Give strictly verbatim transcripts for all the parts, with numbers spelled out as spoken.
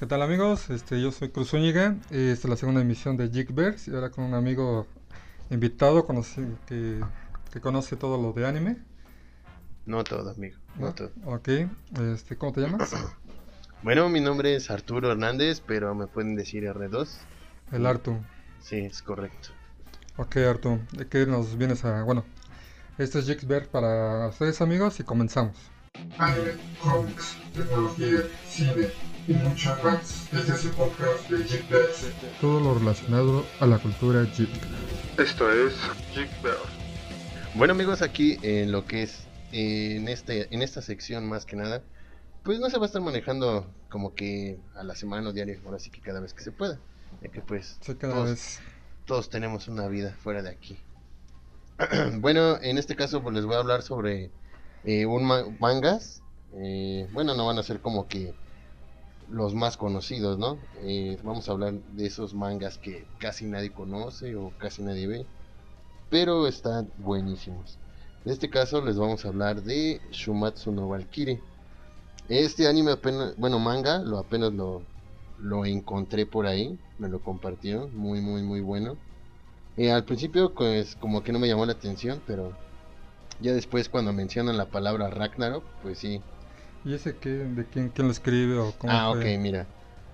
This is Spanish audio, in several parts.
¿Qué tal amigos? Este, yo soy Cruz Zúñiga y esta es la segunda emisión de Geekverse y ahora con un amigo invitado conoce- que, que conoce todo lo de anime, No todo, amigo, no ¿no? todo. Ok, este, ¿cómo te llamas? Bueno, mi nombre es Arturo Hernández, pero me pueden decir R dos. El Y Artu. sí, es correcto. Ok, Artu, ¿de qué nos vienes a...? Bueno, este es Geekverse para ustedes amigos y comenzamos. Anime, cómics, tecnología, cine y mucho más. Este es el podcast de Geekverse. Todo lo relacionado a la cultura geek. Esto es Geekverse. Bueno, amigos, aquí en lo que es eh, en este en esta sección más que nada, pues no se va a estar manejando como que a la semana o diario, ahora sí que cada vez que se pueda, ya que pues Sí, cada todos vez... todos tenemos una vida fuera de aquí. Bueno, en este caso pues les voy a hablar sobre eh, un ma- mangas. Eh, bueno, no van a ser como que los más conocidos, ¿no? Eh, vamos a hablar de esos mangas que casi nadie conoce o casi nadie ve, pero están buenísimos. En este caso les vamos a hablar de Shumatsu no Valkyrie. Este anime apenas, bueno, manga, lo apenas lo, lo encontré por ahí, me lo compartieron, muy, muy, muy bueno. Eh, al principio, pues, como que no me llamó la atención, pero ya después cuando mencionan la palabra Ragnarok, pues sí. ¿Y ese qué? ¿De quién, quién lo escribe o cómo Ah, ok, fue? mira.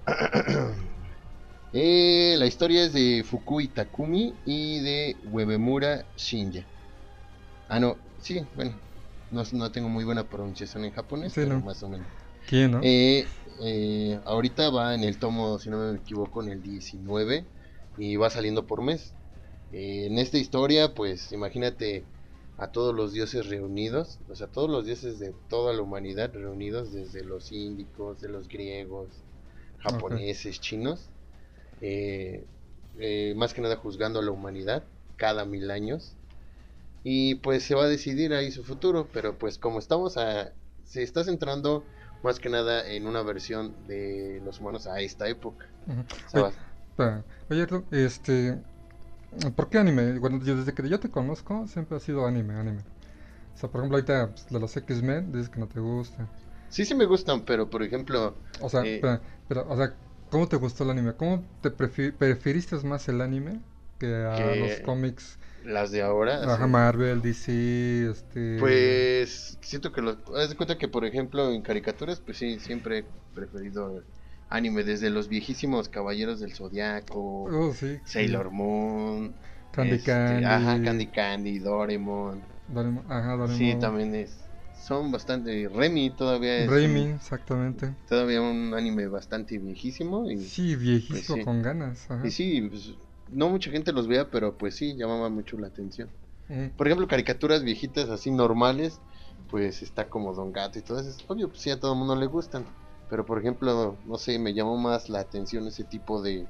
Eh, la historia es de Fukui Takumi y de Uemura Shinya. Ah, no, sí, bueno, no, no tengo muy buena pronunciación en japonés, Sí, pero ¿no? más o menos. ¿Quién, no? Eh, eh, ahorita va en el tomo, si no me equivoco, en el diecinueve y va saliendo por mes. Eh, en esta historia, pues imagínate a todos los dioses reunidos, o sea, todos los dioses de toda la humanidad reunidos, desde los índicos, de los griegos, Ok. japoneses, chinos, eh, eh, más que nada juzgando a la humanidad cada mil años y pues se va a decidir ahí su futuro, pero pues como estamos a, se está centrando más que nada en una versión de los humanos a esta época. Ujú. Se Oye, va- espera. Oye, Artu, este... ¿Por qué anime? Bueno, yo desde que yo te conozco siempre ha sido anime, anime. O sea, por ejemplo, ahorita pues, de los X-Men dices que no te gusta. sí, sí me gustan, pero por ejemplo, O sea, eh, pero, pero, o sea, ¿cómo te gustó el anime? ¿Cómo te prefi- preferiste más el anime que a los que cómics? las de ahora, Ajá, así, Marvel, D C, este... pues siento que los, haz de cuenta que por ejemplo en caricaturas, pues sí, siempre he preferido anime desde los viejísimos Caballeros del Zodiaco, Oh, sí, sí. Sailor Moon, Candy este, ajá, Candy, Candy Candy, Doraemon. Doraemon, ajá, Sí, Doraemon. también es, son bastante, Remy todavía es Raimi, un, exactamente. todavía un anime bastante viejísimo y Sí, pues viejísimo sí, con ganas, y ajá. sí, pues, no mucha gente los vea, pero pues sí, llamaba mucho la atención. Ujú. Por ejemplo, caricaturas viejitas así normales, pues está como Don Gato y todo eso, obvio, pues sí, a todo el mundo le gustan, pero por ejemplo, no sé, me llamó más la atención ese tipo de,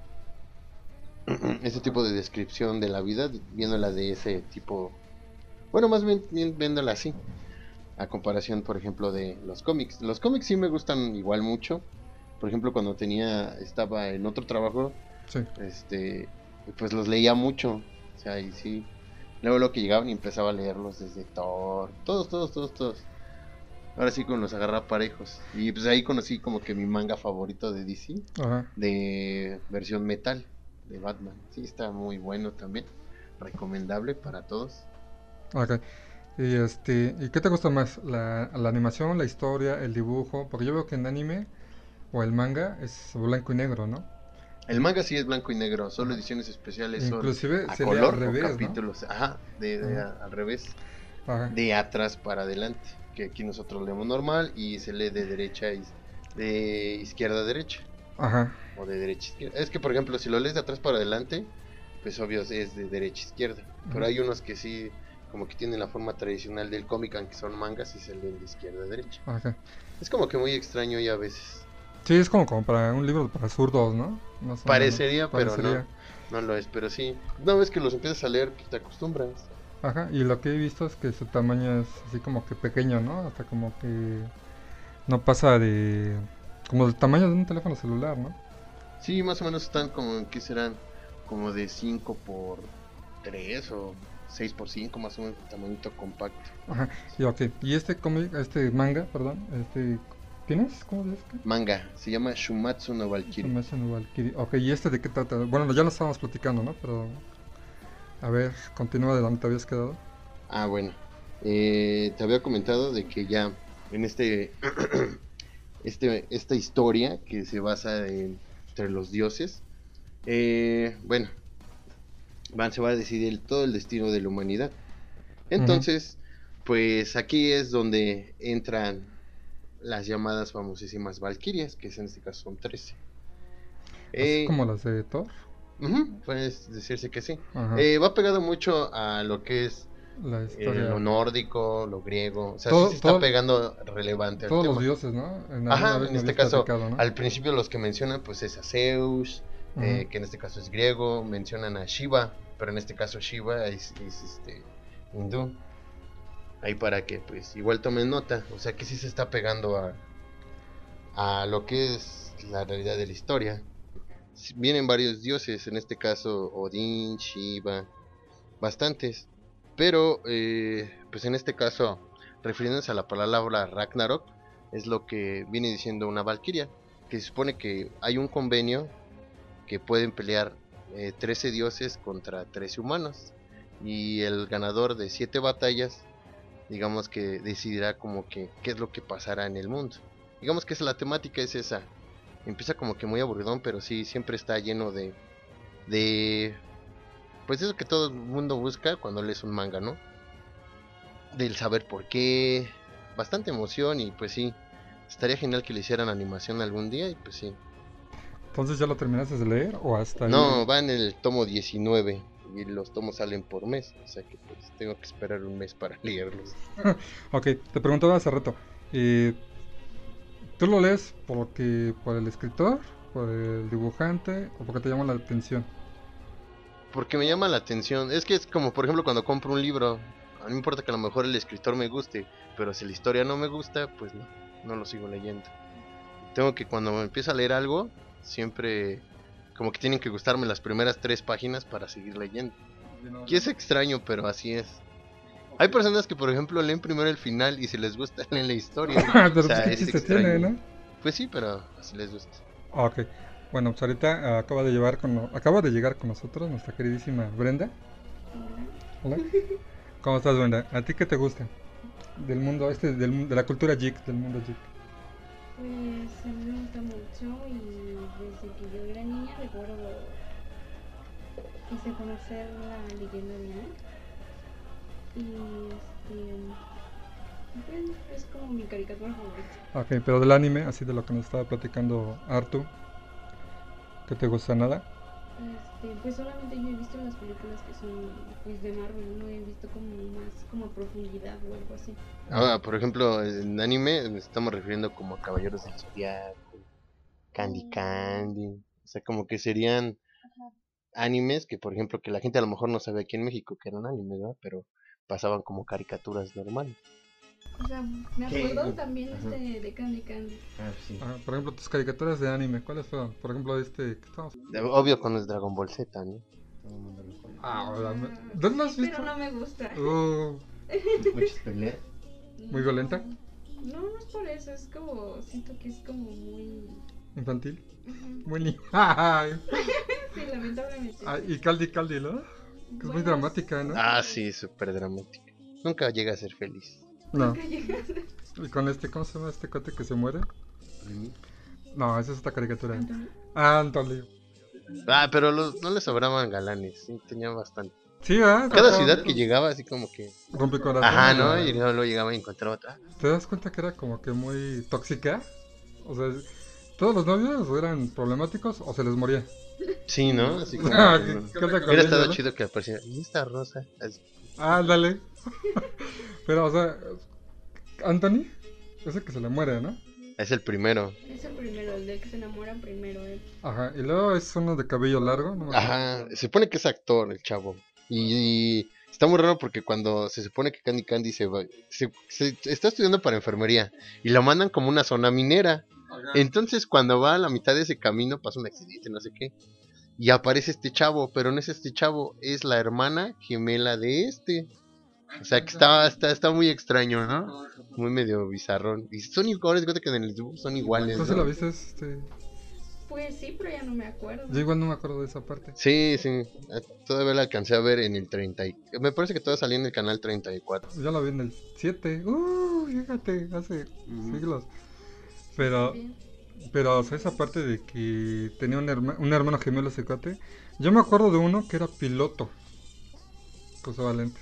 ese tipo de descripción de la vida, viéndola de ese tipo, bueno, más bien, bien viéndola así a comparación, por ejemplo, de los cómics. Los cómics sí me gustan igual mucho. Por ejemplo, cuando tenía, estaba en otro trabajo, Sí. este, pues los leía mucho. O sea, y sí. Luego lo que llegaban y empezaba a leerlos desde Thor, todos, todos, todos, todos. Ahora sí con los agarra parejos. Y pues ahí conocí como que mi manga favorito de D C, Ajá. de versión metal, de Batman. Sí, está muy bueno también. Recomendable para todos. Ok. Y este, ¿y qué te gusta más? ¿La, la animación, la historia, el dibujo? Porque yo veo que en anime o el manga es blanco y negro, ¿no? El manga sí es blanco y negro, solo Ajá. ediciones especiales son Inclusive a se lee al color o revés, ¿no? capítulos, ajá, de, de Ujú. a- al revés, Ajá. de atrás para adelante, que aquí nosotros leemos normal y se lee de derecha a is- de izquierda a derecha Ajá. o de derecha a izquierda. Es que por ejemplo, si lo lees de atrás para adelante, pues obvio es de derecha a izquierda, pero Ujú. hay unos que sí como que tienen la forma tradicional del cómic, aunque son mangas y se leen de izquierda a derecha. Ajá. Es como que muy extraño y a veces Sí, es como, como para un libro para zurdos, ¿no? Más o menos. parecería, pero no, Parecería. no lo es, pero sí, una vez que los empiezas a leer, pues te acostumbras. Ajá. Y lo que he visto es que su tamaño es así como que pequeño, ¿no? Hasta como que no pasa de... Como del tamaño de un teléfono celular, ¿no? Sí, más o menos están como, ¿qué serán? Como de cinco por tres o seis por cinco más o menos, tamañito compacto. Ajá. Y ok. Y este cómic, este manga, perdón, este... ¿Tienes? ¿Cómo dices que? Manga, se llama Shumatsu no Valkyrie. Shumatsu no Valkyrie. Ok, ¿y este de qué trata? Bueno, ya lo estábamos platicando, ¿no? Pero... A ver, continúa de donde te habías quedado. Ah, bueno. Eh, te había comentado de que ya en este, este esta historia que se basa en, entre los dioses, eh, bueno, van, se va a decidir todo el destino de la humanidad. Entonces, uh-huh. pues aquí es donde entran las llamadas famosísimas Valquirias, que en este caso son trece. ¿Así eh, como las de Thor? Uh-huh, puedes decirse que sí. Eh, va pegado mucho a lo que es la historia, eh, lo nórdico, lo griego. O sea, todo, sí se está todo, pegando relevante al todos tema. los dioses, ¿no? En Ajá, en este caso, ¿no? Al principio los que mencionan, pues es a Zeus, uh-huh. eh, que en este caso es griego. Mencionan a Shiva, pero en este caso Shiva es, es este hindú. Ahí para que, pues, igual tomen nota. O sea, que sí se está pegando a, a lo que es la realidad de la historia. Vienen varios dioses, en este caso Odín, Shiva, bastantes, pero eh, pues en este caso, refiriéndose a la palabra Ragnarok, es lo que viene diciendo una valquiria, que se supone que hay un convenio que pueden pelear eh, trece dioses contra trece humanos, y el ganador de siete batallas, digamos que decidirá como que qué es lo que pasará en el mundo. Digamos que es la temática es esa. Empieza como que muy aburridón, pero sí, siempre está lleno de... de pues eso que todo el mundo busca cuando lees un manga, ¿no? Del saber por qué, bastante emoción y pues sí, estaría genial que le hicieran animación algún día y pues sí. ¿Entonces ya lo terminaste de leer o hasta ahí? No, va en el tomo diecinueve y los tomos salen por mes, o sea que pues tengo que esperar un mes para leerlos. Ok, te preguntaba hace rato, eh... ¿tú lo lees porque por el escritor, por el dibujante o porque te llama la atención? Porque me llama la atención. Es que es como, por ejemplo, cuando compro un libro. A mí me importa que a lo mejor el escritor me guste, pero si la historia no me gusta, pues no, no lo sigo leyendo. Tengo que cuando me empiezo a leer algo, siempre como que tienen que gustarme las primeras tres páginas para seguir leyendo. Y es extraño, pero así es. Hay personas que, por ejemplo, leen primero el final y si les gusta leen la historia. Pero o sea, pues, es se tiene, ¿no? Pues sí, pero así les gusta. Ok. Bueno, pues ahorita uh, acaba de llevar con no... acaba de llegar con nosotros nuestra queridísima Brenda. Hola. ¿Cómo estás, Brenda? ¿A ti qué te gusta? Del mundo este, del, de la cultura geek, del mundo geek. Pues a mí me gusta mucho y desde que yo era niña recuerdo quise conocer la leyenda de Aang. Y este, bueno, es como mi caricatura favorita. Ok, pero del anime, así de lo que nos estaba platicando Artu, ¿qué te gusta nada? Este, pues solamente yo he visto las películas que son pues de Marvel, no he visto como más como profundidad o algo así. Ah, por ejemplo, en anime nos estamos refiriendo como a Caballeros del Zodiaco, Candy Candy, o sea, como que serían Ajá. animes que, por ejemplo, que la gente a lo mejor no sabe aquí en México que eran animes, ¿verdad? Pero pasaban como caricaturas normales. O sea, me acuerdo ¿Qué? también este de Candy Candy. Ah, sí. Ah, por ejemplo, tus caricaturas de anime, ¿cuáles fueron? Por ejemplo, este... ¿qué estamos? Obvio con los Dragon Ball Z, ¿no? Ah, hola. ¿Dónde lo has visto? Pero no me gusta. Uh, ¿Muchas peleas? ¿Muy violenta? No, no es por eso, es como... siento que es como muy... ¿infantil? Uh-huh. Muy ni... Sí, lamentablemente. Ah, y Caldi Caldi, ¿no? Que bueno, es muy dramática, ¿no? Ah, sí, súper dramática. Nunca llega a ser feliz. No. ¿Y con este, cómo se llama este cuate que se muere? ¿Mm? No, esa es otra caricatura. ¿Antonio? Ah, Antonio. Ah, pero los, no les sobraban galanes, sí, tenía bastante. Sí, ¿eh? Cada ciudad que llegaba así como que... rompe corazón. Ajá, ¿no? Y luego llegaba y encontraba otra. ¿Te das cuenta que era como que muy tóxica? O sea, todos los novios eran problemáticos o se les moría. Sí, ¿no? Así como... Ah, que, ¿qué, qué hubiera estado chido que apareciera. ¿Y esta rosa? Así. Ah, dale. Pero, o sea, Anthony es el que se le muere, ¿no? Es el primero. Es el primero, el del que se enamoran primero, ¿eh? Ajá, y luego es uno de cabello largo, ¿no? Ajá, se supone que es actor el chavo. Y, y está muy raro porque cuando se supone que Candy Candy se va, se, se está estudiando para enfermería y lo mandan como una zona minera. Ajá. Entonces cuando va a la mitad de ese camino pasa un accidente, no sé qué. Y aparece este chavo, pero no es este chavo, es la hermana gemela de este. O sea que está, está, está muy extraño, ¿no? Muy medio bizarrón. Y son iguales, fíjate que en el dibujo son iguales, ¿Tú sí ¿no? la viste? Este... Pues sí, pero ya no me acuerdo. Yo igual no me acuerdo de esa parte. Sí, sí. eh, Todavía la alcancé a ver en el treinta. Y... Me parece que todavía salía en el canal treinta y cuatro. Ya la vi en el siete. Uh, fíjate, hace Ujú. siglos. Pero, Sí. pero, o sea, esa parte de que tenía un, herma- un hermano gemelo ese cuate. Yo me acuerdo de uno que era piloto. Que usaba lentes.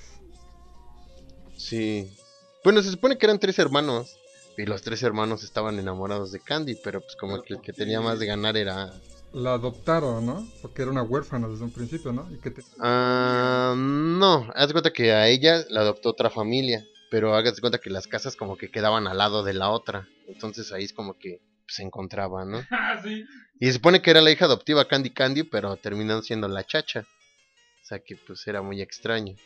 Sí. Bueno, se supone que eran tres hermanos. Y los tres hermanos estaban enamorados de Candy. Pero pues como que el que tenía más de ganar era... La adoptaron, ¿no? Porque era una huérfana desde un principio, ¿no? Y que te... Ah, no, haz de cuenta que a ella la adoptó otra familia, pero hagas de cuenta que las casas como que quedaban al lado de la otra, entonces ahí es como que se encontraban, ¿no? Ah, sí. Y se supone que era la hija adoptiva Candy Candy, pero terminó siendo la chacha, o sea que pues era muy extraño.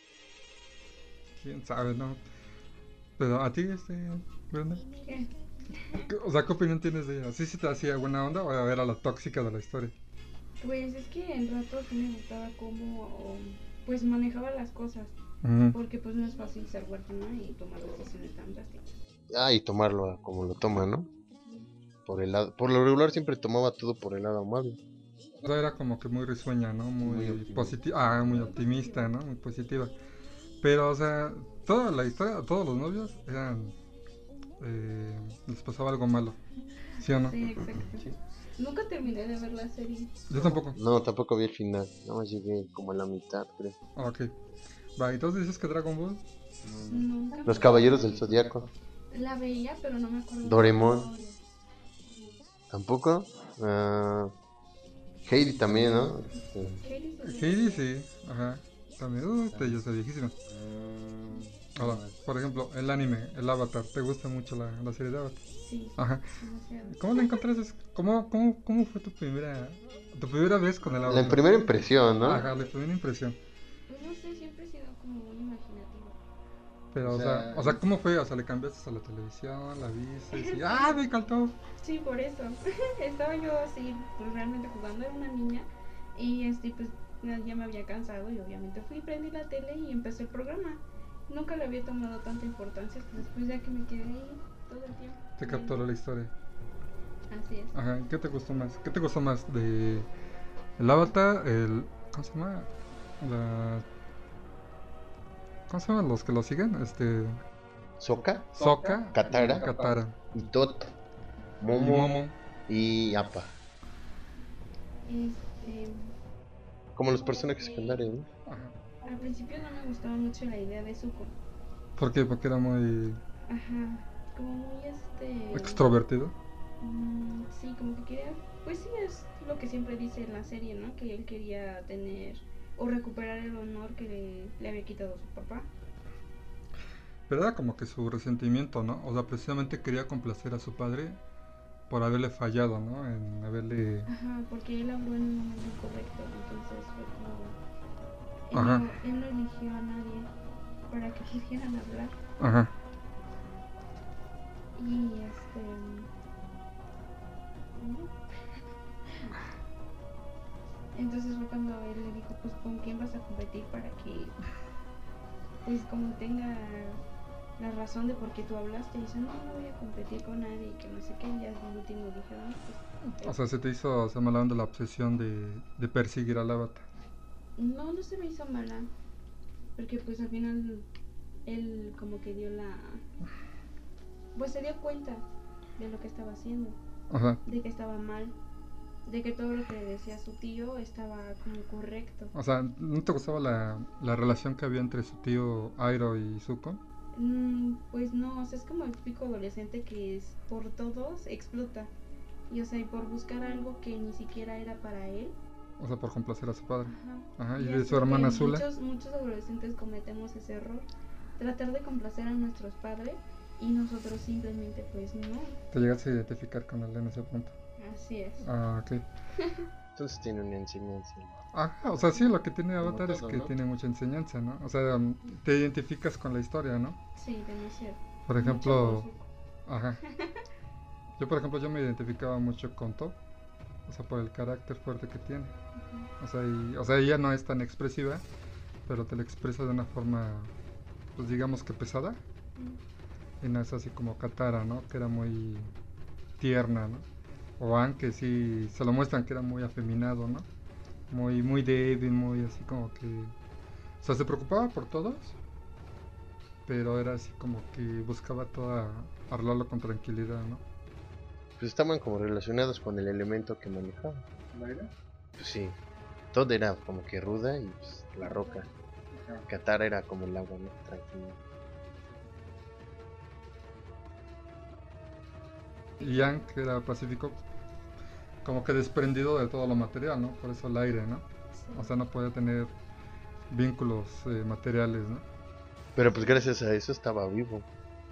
Quién sabe, ¿no? Pero a ti, este, Brenda, ¿Qué? ¿qué- o sea, ¿qué opinión tienes de ella? ¿Sí se te hacía buena onda o era la tóxica de la historia? Pues es que en rato sí me gustaba cómo pues manejaba las cosas. Ujú. Porque pues no es fácil ser huérfana y tomar decisiones tan drásticas. Ah, y tomarlo como lo toma, ¿no? Por el lado, por lo regular siempre tomaba todo por el lado amable. O sea, era como que muy risueña, ¿no? Muy Muy optimista. positiva. Ah, muy optimista, ¿no? Muy positiva. Pero, o sea, toda la historia, todos los novios eran... eh, les pasaba algo malo. ¿Sí o no? Sí, exacto. Nunca terminé de ver la serie. Yo tampoco. No, tampoco vi el final, nada más llegué como a la mitad, creo. Ah, ok. Va, entonces dices que Dragon Ball... Nunca. Los Caballeros del Zodiaco, La veía, pero no me acuerdo. Doraemon. tampoco. Ah, Heidi también, ¿no? Este, Heidi sí. Heidi, sí. Ajá. También, uh, este, ya está viejísima. Ahora, por ejemplo, el anime, el Avatar. ¿Te gusta mucho la, la serie de Avatar? Sí, Ajá. demasiado. ¿Cómo la encontraste? ¿Cómo, cómo, cómo fue tu primera, tu primera vez con el Avatar? La primera impresión, ¿no? Ajá, la primera impresión. Pues no sé, siempre he sido como muy imaginativo. Pero, O o sea, sea, o sea, ¿cómo fue? O sea, le cambiaste a la televisión, la viste, y ¡ah, me encantó! Sí, por eso. Estaba yo así, pues realmente jugando, era una niña. Y este, pues ya me había cansado y obviamente fui, prendí la tele y empecé el programa. Nunca le había tomado tanta importancia hasta después ya que me quedé ahí todo el tiempo. Te capturó la historia. Así es. Ajá, ¿qué te gustó más? ¿Qué te gustó más de el Avatar, el ¿cómo se llama? La ¿Cómo se llaman los que lo siguen? Este Sokka, Sokka, Katara. y Katara y Tot, y Momo Momo. y Appa. Este, Como los personajes secundarios, ¿no? Ajá. al principio no me gustaba mucho la idea de Zuko. ¿Por qué? Porque era muy Ajá, como muy este... extrovertido. Mm, sí, como que quería, pues sí, es lo que siempre dice en la serie, ¿no? Que él quería tener o recuperar el honor que le, le había quitado su papá. Pero era como que su resentimiento, ¿no? O sea, precisamente quería complacer a su padre por haberle fallado, ¿no? En haberle... Ajá, porque él habló en un momento incorrecto, entonces fue como... Él, Ajá. no, él no eligió a nadie para que quisieran hablar. Ajá. Y este... ¿no? Entonces fue cuando él le dijo, pues con quién vas a competir para que, pues como tenga la razón de por qué tú hablaste. Y dice, no, no voy a competir con nadie y que no sé qué. Y ya al último dijeron, pues... O sea, se te hizo, o sea, mala onda la obsesión de, de perseguir al Avatar. No, no se me hizo mala, porque pues al final él como que dio la... Pues se dio cuenta de lo que estaba haciendo, Ajá. de que estaba mal, de que todo lo que le decía su tío estaba como correcto. O sea, ¿no te gustaba la, la relación que había entre su tío Airo y Zuko? Mm, pues no, o sea, es como el típico adolescente que es por todos explota. Y o sea, y por buscar algo que ni siquiera era para él. O sea, por complacer a su padre. Ajá. Ajá, y de así su hermana que Azula. Muchos, muchos adolescentes cometemos ese error. Tratar de complacer a nuestros padres y nosotros simplemente pues no. ¿Te llegaste a identificar con él en ese punto? Así es. Ah, ok. Entonces tiene una enseñanza. Ajá, o sea, sí, lo que tiene Como Avatar es todo, que ¿no? tiene mucha enseñanza, ¿no? O sea, um, te identificas con la historia, ¿no? Sí, demasiado. Por Mucho ejemplo, por ajá. Yo, por ejemplo, yo me identificaba mucho con Toph. O sea, por el carácter fuerte que tiene. Zuko. O sea, y, o sea, ella no es tan expresiva, pero te lo expresa de una forma pues digamos que pesada. Mm. Y no es así como Katara, ¿no? Que era muy tierna, ¿no? O Aang, que sí se lo muestran que era muy afeminado, ¿no? Muy, muy débil, muy así como que... O sea, se preocupaba por todos, pero era así como que buscaba toda arreglarlo con tranquilidad, ¿no? Pues estaban como relacionados con el elemento que manejaba. ¿El aire? Pues sí, todo era como que ruda y pues, la roca. Katara era como el agua, ¿no? Tranquilo. Y Yang, que era pacífico, como que desprendido de todo lo material, ¿no? Por eso el aire, ¿no? Sí. O sea, no podía tener vínculos eh, materiales, ¿no? Pero pues gracias a eso estaba vivo.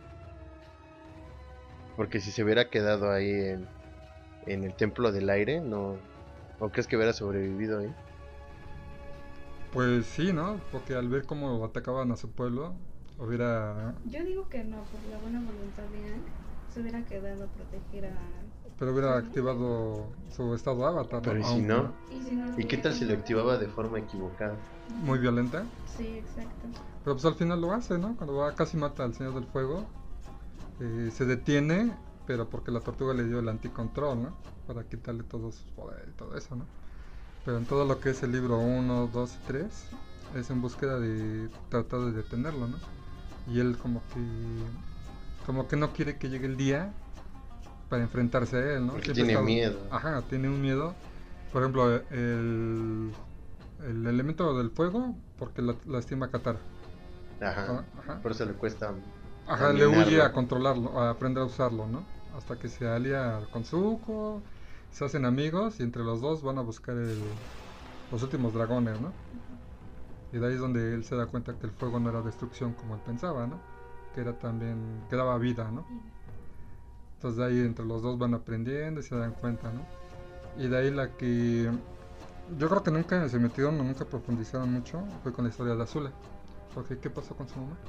Porque si se hubiera quedado ahí en, en el templo del aire, no... ¿O crees que hubiera sobrevivido ahí? Pues sí, ¿no? Porque al ver cómo atacaban a su pueblo, hubiera... Yo digo que no, por la buena voluntad de Aang, se hubiera quedado a proteger a... Pero hubiera Sí. activado su estado avatar, Pero ¿y si Aunque no? Y, si no ¿Y qué tal si lo activaba de forma equivocada? muy violenta. Sí, exacto. Pero pues al final lo hace, ¿no? Cuando va casi mata al Señor del Fuego, eh, se detiene, pero porque la tortuga le dio el anticontrol, ¿no? Para quitarle todos sus poderes y todo eso, ¿no? Pero en todo lo que es el libro uno, dos y tres, es en búsqueda de tratar de detenerlo, ¿no? Y él como que como que no quiere que llegue el día para enfrentarse a él, ¿no? Porque Siempre tiene está- miedo. Ajá, tiene un miedo. Por ejemplo, el, el elemento del fuego, porque la- lastima a Katara. Ajá. Ajá. Por eso le cuesta... Ajá, le dominarlo. huye a controlarlo, a aprender a usarlo, ¿no? Hasta que se alía con Zuko, se hacen amigos y entre los dos van a buscar el, los últimos dragones, ¿no? Y de ahí es donde él se da cuenta que el fuego no era destrucción como él pensaba, ¿no? Que era también, que daba vida, ¿no? Entonces de ahí entre los dos van aprendiendo y se dan cuenta, ¿no? Y de ahí la que yo creo que nunca se metieron o nunca profundizaron mucho fue con la historia de Azula. Porque ¿qué pasó con su mamá?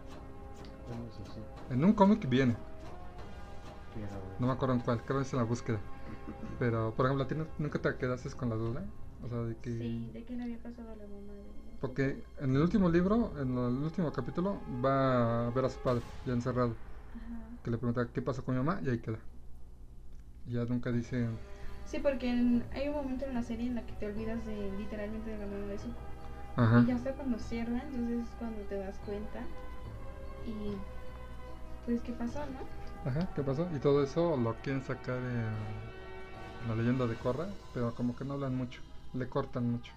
En un cómic viene, no me acuerdo en cuál, creo que es en la búsqueda. Pero, por ejemplo, ¿a ti no- nunca te quedaste con la duda? O sea, de que... Sí, ¿de qué le había pasado a la mamá de... Porque en el último libro, en el último capítulo, va a ver a su padre, ya encerrado. Ajá. Que le pregunta qué pasó con mi mamá y ahí queda. Y ya nunca dice... Sí, porque en- hay un momento en la serie en la que te olvidas de literalmente de la mamá de Zuko. Ajá. Y ya hasta cuando cierra, entonces es cuando te das cuenta. Y pues qué pasó, ¿no? Ajá, ¿qué pasó? Y todo eso lo quieren sacar en la leyenda de Korra, pero como que no hablan mucho, le cortan mucho.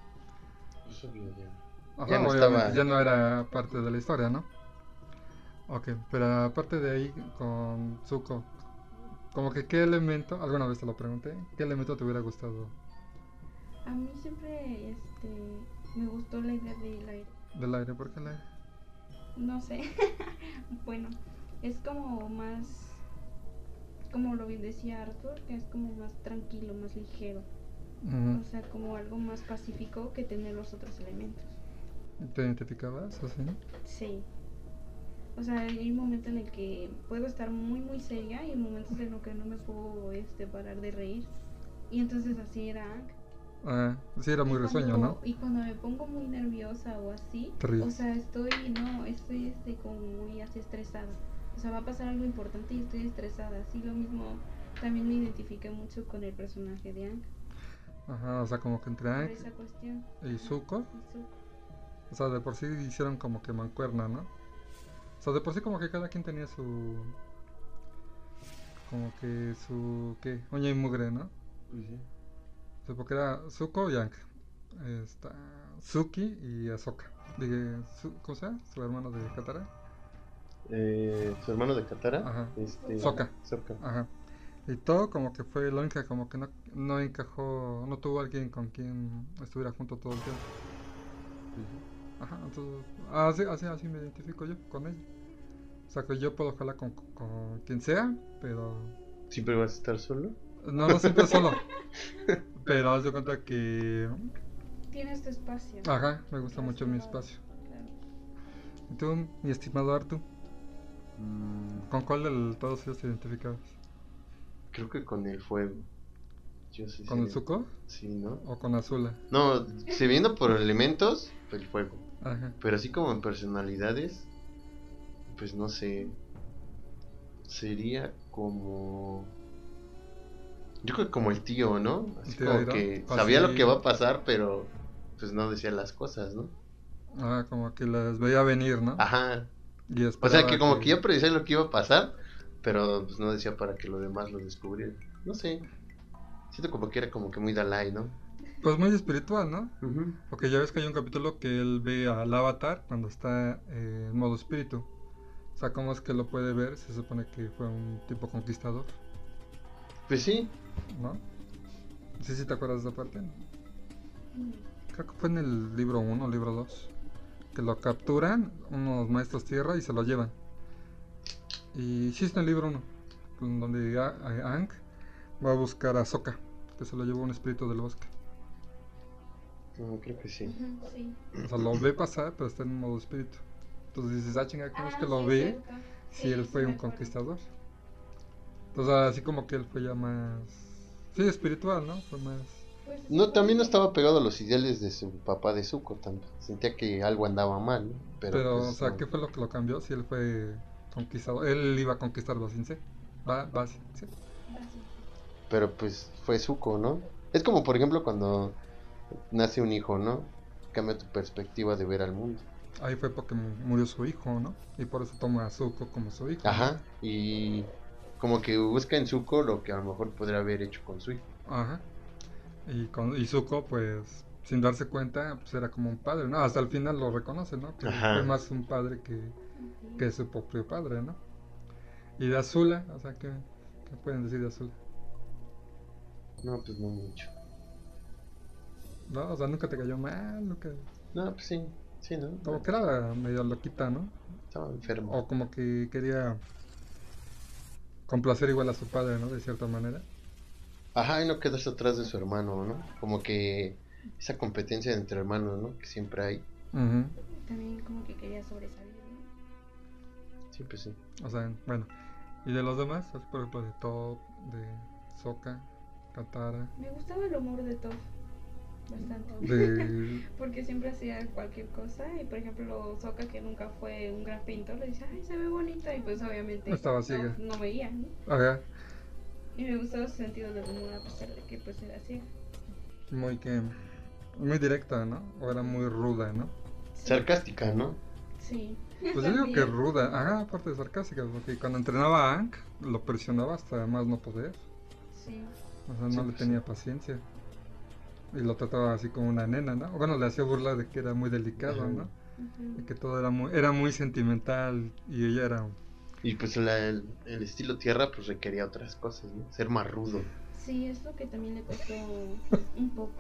Ajá, Ya no obviamente, estaba- ya no era parte de la historia, ¿no? Ok, pero aparte de ahí con Zuko, como que qué elemento, alguna vez te lo pregunté, ¿qué elemento te hubiera gustado A mí siempre este, me gustó la idea del aire. del aire? ¿Por qué el aire? No sé. Bueno, es como más, como lo bien decía Arthur, que es como más tranquilo, más ligero. Ujú. O sea, como algo más pacífico que tener los otros elementos. ¿Te identificabas así? Sí. O sea, hay un momento en el que puedo estar muy muy seria y hay momentos en los que no me puedo este, parar de reír. Y entonces así era Aang. Ah, sí, era muy Y risueño, cuando- ¿no? Y cuando me pongo muy nerviosa o así, Te ríes. o sea, estoy, no, estoy este, como muy así estresada. O sea, va a pasar algo importante y estoy estresada. Así lo mismo, también me identifiqué mucho con el personaje de Aang. Ajá, o sea, como que entre Por Aang esa cuestión. y Zuko, Y Zuko. o sea, de por sí hicieron como que mancuerna, ¿no? O sea, de por sí como que cada quien tenía su... Como que su... ¿Qué? Uña y mugre, ¿no? O sea, porque era Zuko y Aang. Está Suki y Ahsoka. Dije, Su- ¿cómo se llama? Su hermano de Katara. Eh, su hermano de Katara. Ajá. Este, Sokka. Sokka. Ajá. Y todo como que fue la única, como que no, no encajó, no tuvo alguien con quien estuviera junto todo el tiempo. Ajá, entonces, así, así, así me identifico yo con ella. O sea, que yo puedo jalar con, con quien sea, pero ¿Siempre vas a estar solo? no, no siempre solo. Pero haz de cuenta que, Tienes tu espacio. ajá, me gusta mucho mi Reservado. espacio. Claro. ¿Y tú, mi estimado Artu? Mm, ¿Con cuál de todos ellos te identificabas? creo que con el fuego. Yo sí ¿Con el sería- Zuko Sí, ¿no? o con Azula? No, si viendo por elementos, el fuego. Ajá. Pero así como en personalidades, pues no sé. Sería como... Yo creo que como el tío, ¿no? Así Tío como Iron, que así- sabía lo que va a pasar, pero pues no decía las cosas, ¿no? Ah, como que las veía venir, ¿no? Ajá. Y O sea, que esperaba como que ya predecía lo que iba a pasar, pero pues no decía para que los demás lo descubrieran. No sé. Siento como que era como que muy Dalai, ¿no? Pues muy espiritual, ¿no? Ujú. Porque ya ves que hay un capítulo que él ve al avatar cuando está eh, en modo espíritu. O sea, ¿cómo es que lo puede ver? Se supone que fue un tipo conquistador, Pues sí. ¿no? Sí, sí, ¿te acuerdas de esa parte? Mm. Creo que fue en el libro uno, libro dos, que lo capturan unos maestros tierra y se lo llevan. Y sí está en el libro uno, donde A- a- Aang va a buscar a Sokka, que se lo llevó un espíritu del bosque. No, creo que sí. Ujú, sí. O sea, lo ve pasar, pero está en modo espíritu. Entonces dices, ah, chinga, ¿cómo es Ah, que lo sí, ve cierto. si Sí, él sí fue me un acuerdo. conquistador? Entonces, así como que él fue ya más... Sí, espiritual, ¿no? Fue más... Pues, se No, supone también no que- estaba pegado a los ideales de su papá de Zuko también. Sentía que algo andaba mal, ¿no? Pero, Pero, pues, o sea, no. ¿qué fue lo que lo cambió si él fue conquistador? Él iba a conquistar Basince. Va, Basince. Ah, sí. Pero pues fue Zuko, ¿no? Es como por ejemplo cuando nace un hijo, ¿no? Cambia tu perspectiva de ver al mundo. Ahí fue porque mu- murió su hijo, ¿no? Y por eso toma a Zuko como su hijo, ¿no? Ajá. Y como que busca en Zuko lo que a lo mejor podría haber hecho con su hijo. Ajá. Y, con, y Zuko, pues, sin darse cuenta, pues era como un padre, ¿no? Hasta el final lo reconoce, ¿no? Que Ajá. fue más un padre que, Ujú. que su propio padre, ¿no? Y de Azula, o sea, ¿qué, qué pueden decir de Azula? No, pues no mucho. ¿No? O sea, nunca te cayó mal, nunca... No, pues sí. Sí, ¿no? Como que era medio loquita, ¿no? Estaba enfermo. O como que quería complacer igual a su padre, ¿no? De cierta manera. Ajá, y no quedarse atrás de su hermano, ¿no? Como que esa competencia entre hermanos, ¿no? Que siempre hay. Ujú. También como que quería sobresalir, ¿no? Sí, pues sí. O sea, bueno. Y de los demás, así, por ejemplo, de Top, de Sokka, Katara, Me gustaba el humor de Toph bastante. de... Porque siempre hacía cualquier cosa. Y por ejemplo, Sokka, que nunca fue un gran pintor, le decía, ay, se ve bonita. Y pues obviamente Estaba no, ciega. no veía, ¿no? Ajá, Y me gustaba su sentido del humor a pesar de que pues era ciega. muy que... Muy directa, ¿no? O era muy ruda, ¿no? Sí. Sarcástica, ¿no? Sí. Pues yo digo que También. ruda, ajá, aparte de sarcástica, porque cuando entrenaba a Aang, lo presionaba hasta más no poder. Sí. O sea, Sí, no le pues tenía sí. paciencia. Y lo trataba así como una nena, ¿no? Bueno, le hacía burla de que era muy delicado, Ajá. ¿no? Ujú. Y que todo era muy, era muy sentimental y ella era... Y pues la- el, el estilo tierra pues requería otras cosas, ¿no? Ser más rudo. Sí, es lo que también le costó un poco.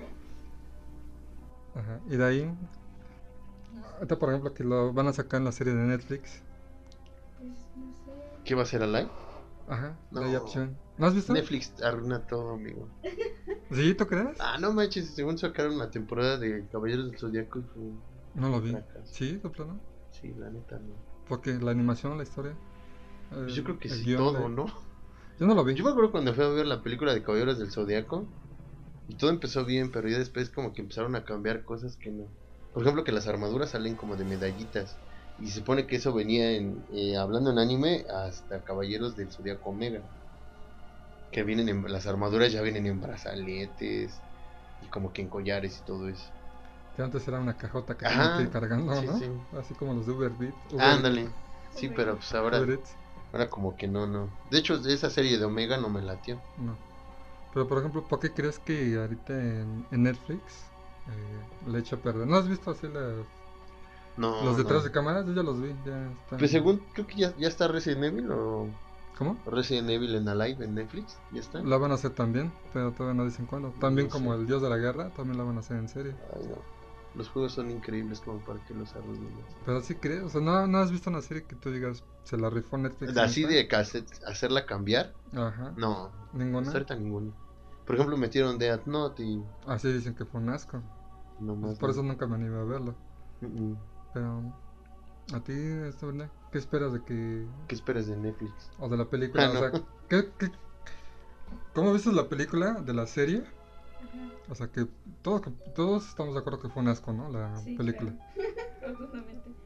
Ajá. Y de ahí, ahorita por ejemplo que lo van a sacar en la serie de Netflix. Pues no sé. ¿Qué va a ser Alay? Ajá, No. live action. ¿No has visto? Netflix arruina todo, amigo. ¿Sí? ¿Tú crees? Ah, no manches, según sacaron la temporada de Caballeros del Zodiaco y fue un No lo vi. fracaso. ¿Sí? ¿De plano? Sí, la neta no. Porque la animación, la historia. Pues el- yo creo que el sí, guión todo, de- ¿no? Yo no lo vi. Yo me acuerdo cuando fui a ver la película de Caballeros del Zodiaco y todo empezó bien, pero ya después como que empezaron a cambiar cosas que no. Por ejemplo, que las armaduras salen como de medallitas y se supone que eso venía en eh, hablando en anime hasta Caballeros del Zodiaco Omega. Que vienen en las armaduras ya vienen en brazaletes y como que en collares y todo eso. Que antes era una cajota que Ajá, tenían que ir cargando, sí, ¿no? sí. Así como los de Uber Beat. Uber- Ándale. Sí, pero pues ahora Uber Eats. ahora como que no, no. De hecho, esa serie de Omega no me latió. No. Pero por ejemplo, ¿por qué crees que ahorita en, en Netflix eh, le echa a perder? ¿No has visto así las, No. los detrás no. de cámaras? Yo ya los vi, ya están. Pues según creo que ya, ya está Resident Evil o ¿Cómo? Resident Evil en Alive en Netflix, ya está. La van a hacer también, pero todavía no dicen cuándo. También No como sé. el dios de la guerra, también la van a hacer en serie. Ay, no. Los juegos son increíbles como para que los arruinen. Pero sí crees, o sea, ¿no, no has visto una serie que tú digas, se la rifó Netflix? en Así esta? de cassette, hacerla cambiar, Ajá. no, ¿Ninguna? hasta ahorita ninguna. Por ejemplo, metieron Death Note y Así dicen que fue un asco. no más. Por eso nunca me animé a verlo. Mm, mm. Pero, ¿a ti, Sabrina, qué esperas de que... ¿Qué esperas de Netflix? o de la película? Ah, O no. sea, ¿qué, qué- ¿cómo viste la película de la serie? Ajá. O sea, que todos, todos estamos de acuerdo que fue un asco, ¿no? La Sí, película. claro. Rotundamente.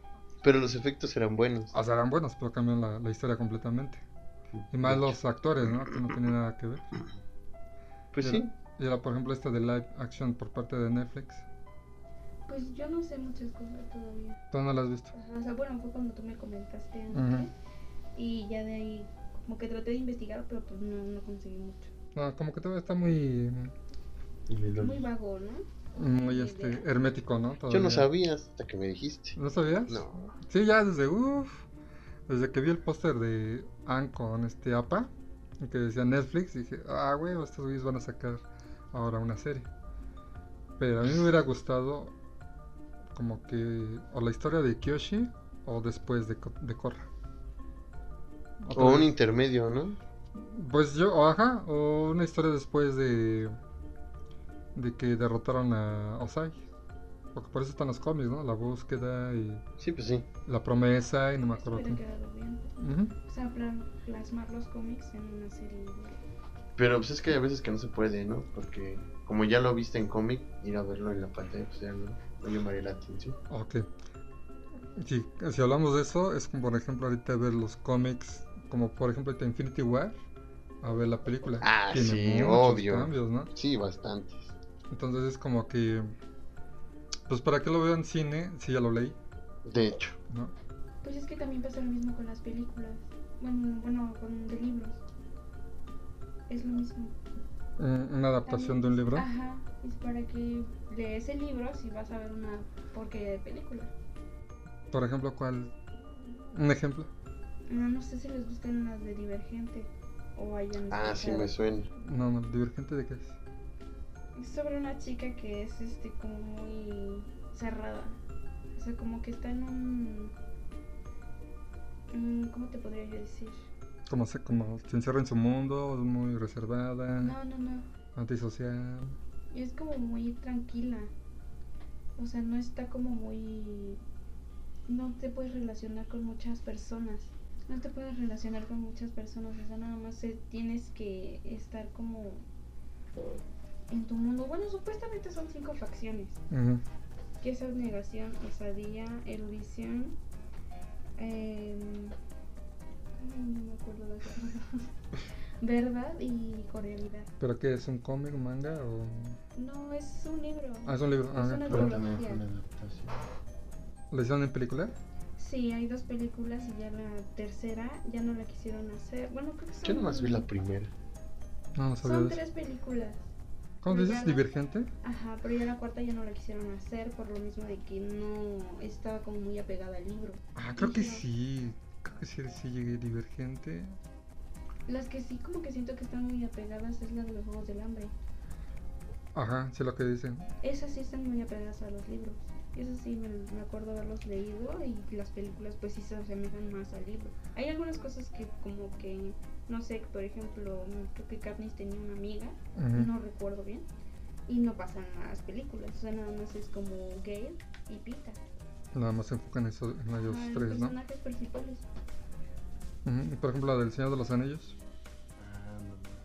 Pero los efectos eran buenos. O sea, eran buenos, pero cambian la, la historia completamente. Y más los actores, ¿no? Que no tienen nada que ver. Pues y sí. Era, y era, por ejemplo, esta de live action por parte de Netflix. Pues yo no sé muchas cosas todavía. ¿Tú no la has visto? Ajá, o sea, bueno, fue cuando tú me comentaste antes. Ujú. Y ya de ahí, como que traté de investigar, pero pues no, no conseguí mucho. No, como que todavía está muy, Muy vago, ¿no? muy Ni este, idea. hermético, ¿no? Yo Todavía. no sabía hasta que me dijiste. ¿No sabías? No. Sí, ya desde, uff, desde que vi el póster de Anne con este A P A, que decía Netflix, dije, ah, güey, estos güeyes van a sacar ahora una serie. Pero a mí me hubiera gustado como que, o la historia de Kyoshi, o después de, Co- de Korra. Otra O un vez. intermedio, ¿no? Pues yo, o ajá, o una historia después de de que derrotaron a Osai. Porque por eso están los cómics, ¿no? La búsqueda y Sí, pues sí. la promesa y no me Eso acuerdo hubiera qué. quedado bien. Ujú. O sea, pla- plasmar los cómics en una serie igual. Pero pues es que hay veces que no se puede, ¿no? Porque como ya lo viste en cómic, ir a verlo en la pantalla, pues ya no, no llamaría la atención. Ok. Sí, si hablamos de eso, es como por ejemplo ahorita ver los cómics, como por ejemplo ahorita Infinity War, a ver la película. Ah, Tiene sí, muchos obvio. cambios, ¿no? Sí, bastantes. Entonces es como que, pues para qué lo veo en cine si ya lo leí, De hecho. ¿no? Pues es que también pasa lo mismo con las películas. Bueno, bueno, con de libros. Es lo mismo. Un- Una adaptación de un libro. Ajá, es para que lees el libro si vas a ver una porquería de película. Por ejemplo, ¿cuál? Un ejemplo. No, no sé si les gustan las de Divergente o hayan Ah, sí, escuchado. me suena. No, no, Divergente de qué es. Es sobre una chica que es este como muy cerrada. O sea, como que está en un... mm, ¿Cómo te podría yo decir? Como se, como se encierra en su mundo, es muy reservada, No, no, no. antisocial. Es como muy tranquila. O sea, no está como muy... No te puedes relacionar con muchas personas. No te puedes relacionar con muchas personas. O sea, nada más eh, tienes que estar como en tu mundo. Bueno, supuestamente son cinco facciones. Ujú. Que es abnegación, osadía, erudición. Eh, ay, no me acuerdo las otras. Verdad y cordialidad. ¿Pero qué es? ¿Un cómic, un manga o...? No, es un libro. Ah, es un libro. Es Ah, una perdón. Pero también fue trilogía. una adaptación. ¿Lo hicieron en película? Sí, hay dos películas y ya la tercera ya no la quisieron hacer. Bueno, creo que son... Yo nomás vi la primera. No, no sabía Son de eso. tres películas. ¿Cómo pero dices? ya la- ¿Divergente? Ajá, pero ya la cuarta ya no la quisieron hacer por lo mismo de que no estaba como muy apegada al libro. Ah, creo que Dijeron- sí. Creo que sí, sí llegué Divergente. Las que sí como que siento que están muy apegadas es la de los Juegos del Hambre. Ajá, sí lo que dicen. Esas sí están muy apegadas a los libros. Esas sí me, me acuerdo haberlos leído y las películas pues sí se asemejan más al libro. Hay algunas cosas que como que, no sé, por ejemplo, creo que Katniss tenía una amiga, Ujú. no recuerdo bien, y no pasan las películas, o sea, nada más es como Gale y Pita. Nada más se enfocan en, eso, en ellos Ajá, los tres, ¿no? personajes principales. Ujú. Y por ejemplo, la del Señor de los Anillos. Ah,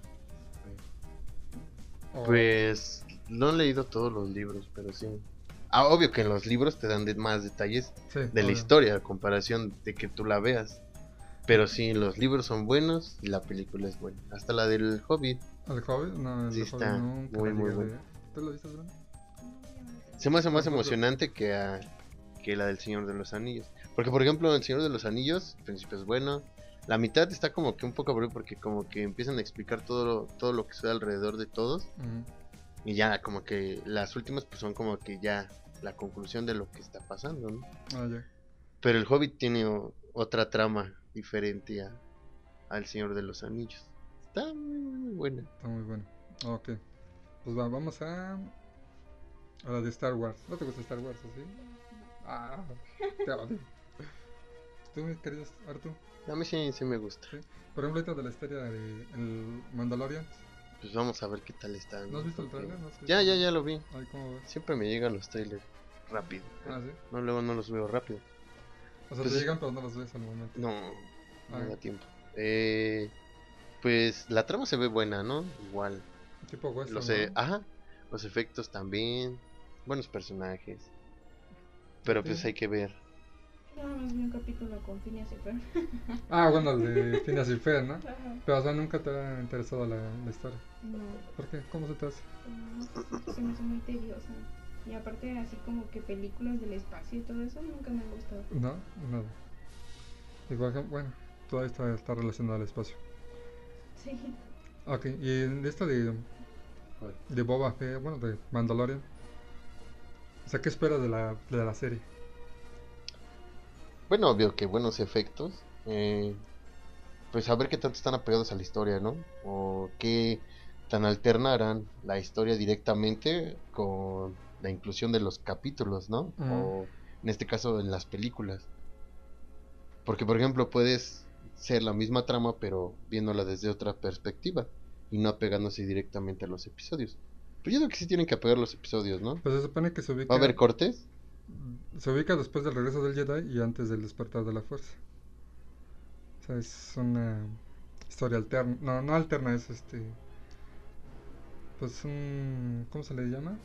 no. O- Pues no he leído todos los libros, pero sí. Ah, obvio que en los libros te dan de- más detalles sí, de la obvio. historia, a comparación de que tú la veas. Pero sí, los libros son buenos y la película es buena. Hasta la del Hobbit. ¿El Hobbit? No, el Sí de está Hobbit nunca muy, la muy llegué a bueno. leer. ¿Tú lo viste, Brenda? Se me hace más Por ejemplo- emocionante que, a- que la del Señor de los Anillos. Porque, por ejemplo, el Señor de los Anillos, al principio es bueno. La mitad está como que un poco aburrido porque como que empiezan a explicar todo lo, todo lo que sucede alrededor de todos. Ujú. Y ya como que las últimas pues son como que ya la conclusión de lo que está pasando, ¿no? Ah, ya. Pero el Hobbit tiene o- otra trama diferente a, al Señor de los Anillos. Está muy, muy buena. Está muy bueno. Ok. Pues va, vamos a... A la de Star Wars. ¿No te gusta Star Wars, o sí? Ah, te odio. ¿Tú, mi querido Artu? A mí sí, sí me gusta. ¿Sí? Por ejemplo, ahorita de la historia de El Mandalorian. Pues vamos a ver qué tal está. ¿No has visto el Porque- trailer? No sé. Ya, ya, ya lo vi. Ay, ¿cómo ves? Siempre me llegan los trailers rápido. Ah, sí. No, luego no los veo rápido. O sea, Pues- te llegan pero no los ves al momento. No, Ah. no da tiempo. Eh, pues la trama se ve buena, ¿no? Igual. Tipo western, Los, e- ¿no? ajá, los efectos también. Buenos personajes. Pero pues Sí. hay que ver. Nada más capítulo con Phineas y Ferb. Ah, bueno, el de Phineas y Ferb, ¿no? Ajá. Pero, o sea, nunca te ha interesado la, la historia. No, ¿Por qué? ¿Cómo se te hace? no, se me hace muy tediosa. Y aparte, así como que películas del espacio y todo eso, nunca me han gustado. No, nada. Igual que, bueno, todo esto está relacionado al espacio. Sí. Ok, y de esto de, de Boba Fett, bueno, de Mandalorian. O sea, ¿qué esperas de la, de la serie? Bueno, obvio que buenos efectos. Eh, pues a ver qué tanto están apegados a la historia, ¿no? O qué tan alternarán la historia directamente con la inclusión de los capítulos, ¿no? Mm. O en este caso en las películas. Porque, por ejemplo, puedes ser la misma trama, pero viéndola desde otra perspectiva y no apegándose directamente a los episodios. Pero yo creo que sí tienen que apegar los episodios, ¿no? Pues se supone que se ubica, ¿Va a haber cortes? se ubica después del regreso del Jedi y antes del despertar de la fuerza. O sea, es una historia alterna. No, no alterna, es este. Pues un. ¿Cómo se le llama?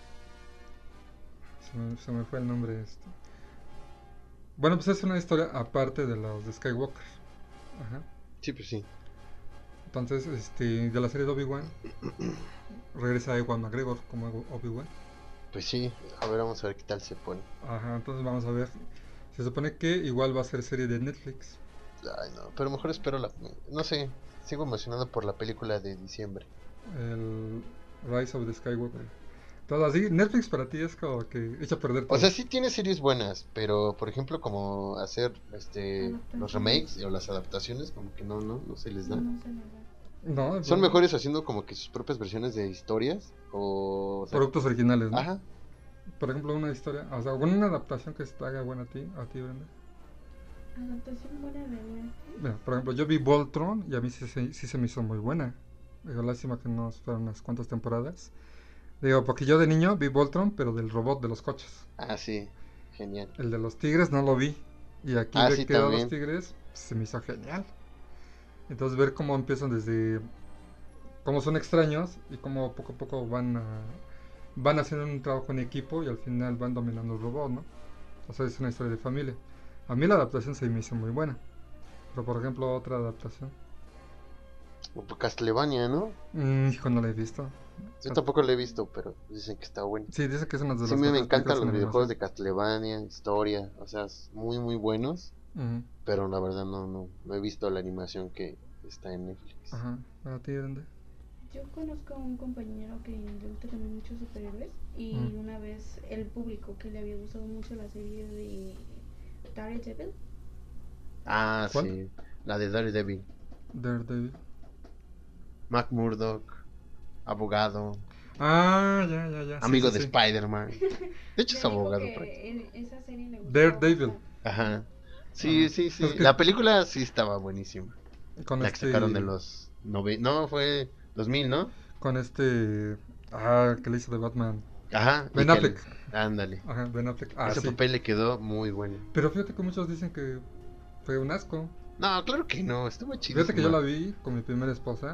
Se me, se me fue el nombre este. Bueno, pues es una historia aparte de los de Skywalker. Ajá. Sí, pues sí. Entonces, este, de la serie de Obi-Wan, regresa Ewan McGregor como Obi-Wan. Pues sí, a ver, vamos a ver qué tal se pone. Ajá, entonces vamos a ver. Se supone que igual va a ser serie de Netflix. Ay, no, pero mejor espero la... No sé, sigo emocionado por la película de diciembre. El Rise of the Skywalker. Todo así, Netflix para ti es como que echa a perder todo. O sea, sí tiene series buenas, pero por ejemplo como hacer este los Adaptaciones. remakes o las adaptaciones, como que no, no, no se les da. No sé nada. No, de Son pronto, mejores haciendo como que sus propias versiones de historias o... o sea, productos originales, ¿no? ajá. Por ejemplo, una historia, o sea, bueno, una adaptación que se te haga buena a ti, a ti, Brenda. Adaptación buena de Netflix. Mira, por ejemplo, yo vi Voltron y a mí sí, se- sí se me hizo muy buena. Digo, lástima que no fueron unas cuantas temporadas. Digo, porque yo de niño vi Voltron, pero del robot de los coches. Ah, sí, genial. El de los tigres no lo vi. Y aquí Ah, ver sí, que eran los también. tigres pues, se me hizo genial. Entonces ver cómo empiezan desde... cómo son extraños y cómo poco a poco van a... van haciendo un trabajo en equipo y al final van dominando el robot, ¿no? O sea, es una historia de familia. A mí la adaptación se me hizo muy buena. Pero por ejemplo, otra adaptación. O por Castlevania, ¿no? Mm, hijo, no la he visto. Yo tampoco lo he visto, pero dicen que está bueno. Sí, dice que es una de las Sí, me, me mejores encantan películas los en videojuegos de animación. Castlevania, historia, o sea, es muy muy buenos, Ujú, pero la verdad no, no, no he visto la animación que está en Netflix. ajá. ¿A ti, Brenda? Yo conozco a un compañero que le gusta también muchos superhéroes y Mm. una vez él publicó que le había gustado mucho la serie de Daredevil. Ah, ¿Cuál? sí, la de Daredevil. Daredevil. Mac Murdock, abogado, Ah, ya, ya, ya. sí, amigo sí, de sí. Spider-Man. De hecho Le es dijo abogado. que prácticamente. él- esa serie le gustó Daredevil. bastante. Ajá. Sí, Ajá. sí, sí. Es que- La película sí estaba buenísima. Con La que este... sacaron de los nove... No, fue dos mil, ¿no? Con este... Ah, que le hizo de Batman. Ajá. y Ben que Affleck. le- Ándale. Ajá, Ben Affleck. Ah, Ese sí. papel le quedó muy bueno. Pero fíjate que muchos dicen que fue un asco. No, claro que no, estuvo chido. Fíjate que yo la vi con mi primera esposa.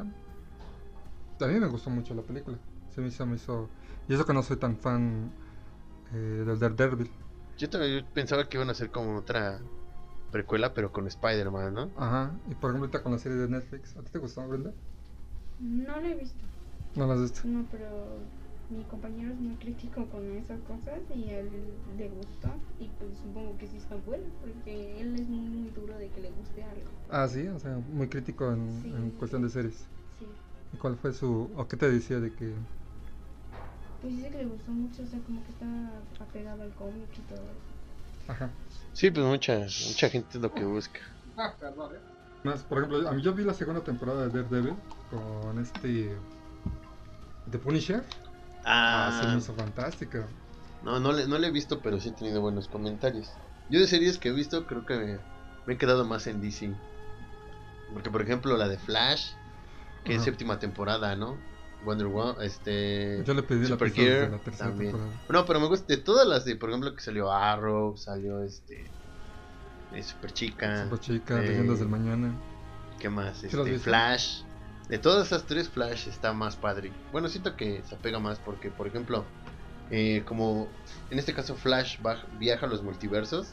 A mí me gustó mucho la película. Se me hizo, me hizo... Y eso que no soy tan fan eh, del Daredevil. Yo también pensaba que iban a hacer como otra precuela, pero con Spider-Man, ¿no? Ajá. Y por ejemplo, ahorita con la serie de Netflix. ¿A ti te gustó, Brenda? No lo he visto. No la has visto. No, pero mi compañero es muy crítico con esas cosas y a él le gusta y pues supongo que sí está bueno porque él es muy, muy duro de que le guste algo. Ah, sí, o sea, muy crítico en, Sí. en cuestión de series. Sí. ¿Y cuál fue su... o qué te decía de que... Pues dice que le gustó mucho, o sea, como que está apegado al cómic y todo. Ajá. Sí, pues mucha, mucha gente es lo que busca. Más, por ejemplo, a mí yo vi la segunda temporada de Daredevil con este... The Punisher. Ah, se me hizo fantástica. No, no le, no le he visto, pero sí he tenido buenos comentarios. Yo de series que he visto, creo que me, me he quedado más en D C. Porque, por ejemplo, la de Flash, que es Ajá. séptima temporada, ¿no? Wonder Woman, este... Yo le pedí la pista Supergirl desde la tercera también. temporada. No, pero me gusta de todas las de, por ejemplo, que salió Arrow, salió este... eh, Super Chica. Super Chica, eh, Leyendas del Mañana. ¿Qué más? ¿Sí las Este, viste? Flash. De todas esas tres, Flash está más padre. Bueno, siento que se apega más porque, por ejemplo, eh, como en este caso Flash va- viaja a los multiversos,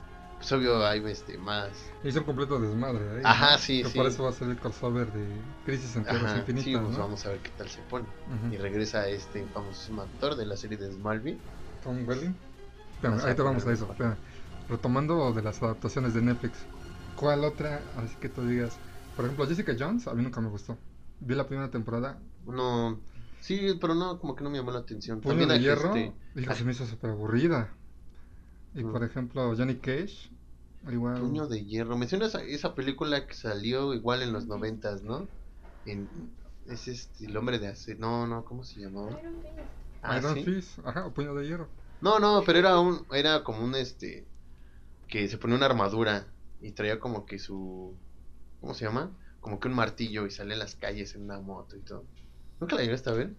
pues obvio hay este más. Hizo un completo desmadre, ¿eh? Ajá, ¿no? sí, que sí. Por eso va a ser el crossover de Crisis en Tierras Ajá, Infinitas, sí, pues ¿no? vamos a ver qué tal se pone. Ujú. Y regresa este famosísimo actor de la serie de Smallville. Tom Welling. Espérame, Vas a ahí te vamos a poner eso. mejor. Espérame. Retomando de las adaptaciones de Netflix, ¿cuál otra? Así que tú digas, por ejemplo, Jessica Jones, a mí nunca me gustó. Vi la primera temporada, No, sí, pero no, como que no me llamó la atención. Puño También de hay Hierro, este. dijo, ah, se me hizo súper aburrida. Y mm, por ejemplo, Johnny Cage, igual. Puño de Hierro. Menciona esa, esa película que salió igual en los noventas, ¿no? En, es este, el hombre de acero. No, no, ¿cómo se llamaba? Iron Fist. Ah, Iron sí. Fist, ajá, o Puño de Hierro. No, no, pero era un, era como un este, que se ponía una armadura y traía como que su, ¿cómo se llama? Como que un martillo y salía a las calles en una moto y todo. ¿Nunca la llegaste a ver?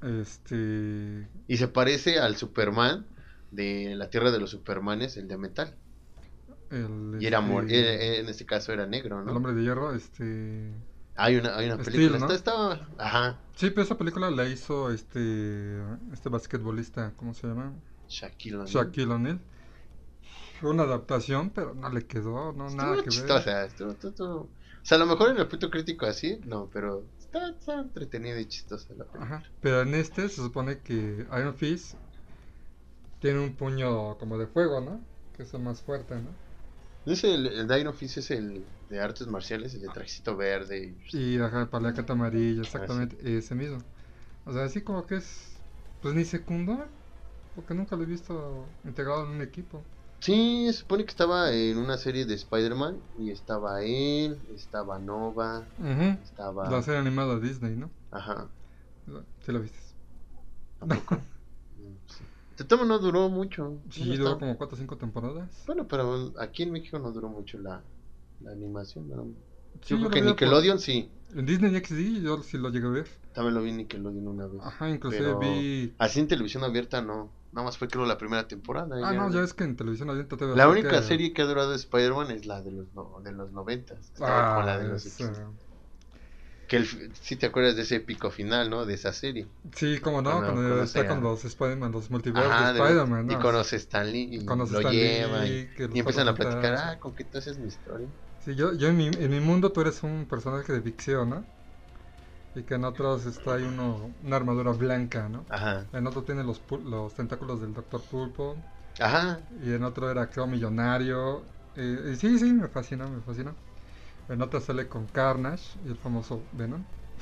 Este. Y se parece al Superman de la Tierra de los Supermanes, el de metal. El, Y era este, mor eh, en este caso era negro, el ¿no? Hombre de Hierro, este. Hay una, hay una Steel, película, ¿no? está, estaba, ajá, Sí, pero esa película la hizo este. Este basquetbolista, ¿cómo se llama? Shaquille O'Neal. Shaquille O'Neal. Fue una adaptación, pero no le quedó, no, nada Estuvo que ver. chistosa, estuvo, estuvo, estuvo- O sea, a lo mejor en el punto crítico así, no, pero está, está entretenida y chistosa la película. Ajá. Pero en este se supone que Iron Fist tiene un puño como de fuego, ¿no? Que es el más fuerte, ¿no? ¿No es el, el de Iron Fist es el de artes marciales, el de trajecito verde? Y... Y ajá, el paliacate amarillo, exactamente, ese mismo. O sea, así como que es, pues ni secundario, porque nunca lo he visto integrado en un equipo. Sí, se supone que estaba en una serie de Spider-Man y estaba él, estaba Nova, Ujú. estaba... La serie animada de Disney, ¿no? Ajá, ¿Sí lo viste? tampoco. Mm, sí. De tomo no duró mucho. Sí, no duró está- como cuatro o cinco temporadas. Bueno, pero aquí en México no duró mucho la, la animación, ¿no? Sí, Yo creo lo que veía por- Nickelodeon sí. En Disney X D yo sí lo llegué a ver. También lo vi en Nickelodeon una vez. Ajá, inclusive Pero vi... así en televisión abierta no. Nada más fue creo la primera temporada. Ah, ya no, no. ya es que en televisión abierta te La única serie que ha durado de Spider-Man es la de los no, de los noventas. Estaba como la de los es, ochenta. eh, Que el, fi- sí te acuerdas de ese épico final, ¿no? De esa serie. Sí, como no, Cuando cuando, conoce está a- con los Spider-Man, los multiversos Ajá, de de- Spider-Man, y ¿no? conoce a Stan Lee y Conoce a lo Stan lleva Lee, y, que los y empiezan a cuatro platicar, fantásticos. ah, con que tú haces mi historia. Sí, yo, yo en, mi, en mi mundo tú eres un personaje de ficción, ¿no? Y que en otros está ahí uno, una armadura blanca, ¿no? Ajá, En otro tiene los, pul- los tentáculos del Doctor Pulpo. ajá, Y en otro era creo millonario. Eh, y sí, sí, me fascinó, me fascinó. En otro sale con Carnage y el famoso Venom.